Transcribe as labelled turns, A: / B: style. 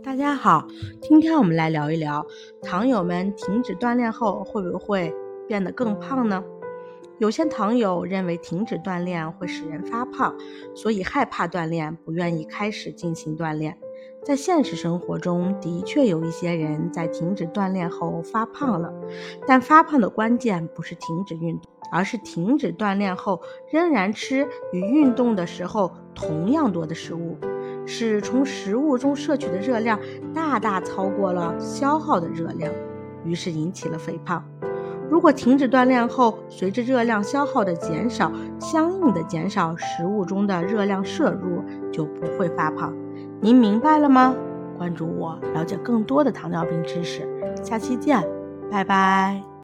A: 大家好，今天我们来聊一聊糖友们停止锻炼后会不会变得更胖呢？有些糖友认为停止锻炼会使人发胖，所以害怕锻炼，不愿意开始进行锻炼。在现实生活中，的确有一些人在停止锻炼后发胖了，但发胖的关键不是停止运动，而是停止锻炼后仍然吃与运动的时候同样多的食物，是从食物中摄取的热量大大超过了消耗的热量，于是引起了肥胖。如果停止锻炼后，随着热量消耗的减少，相应的减少食物中的热量摄入，就不会发胖。您明白了吗？关注我，了解更多的糖尿病知识。下期见，拜拜。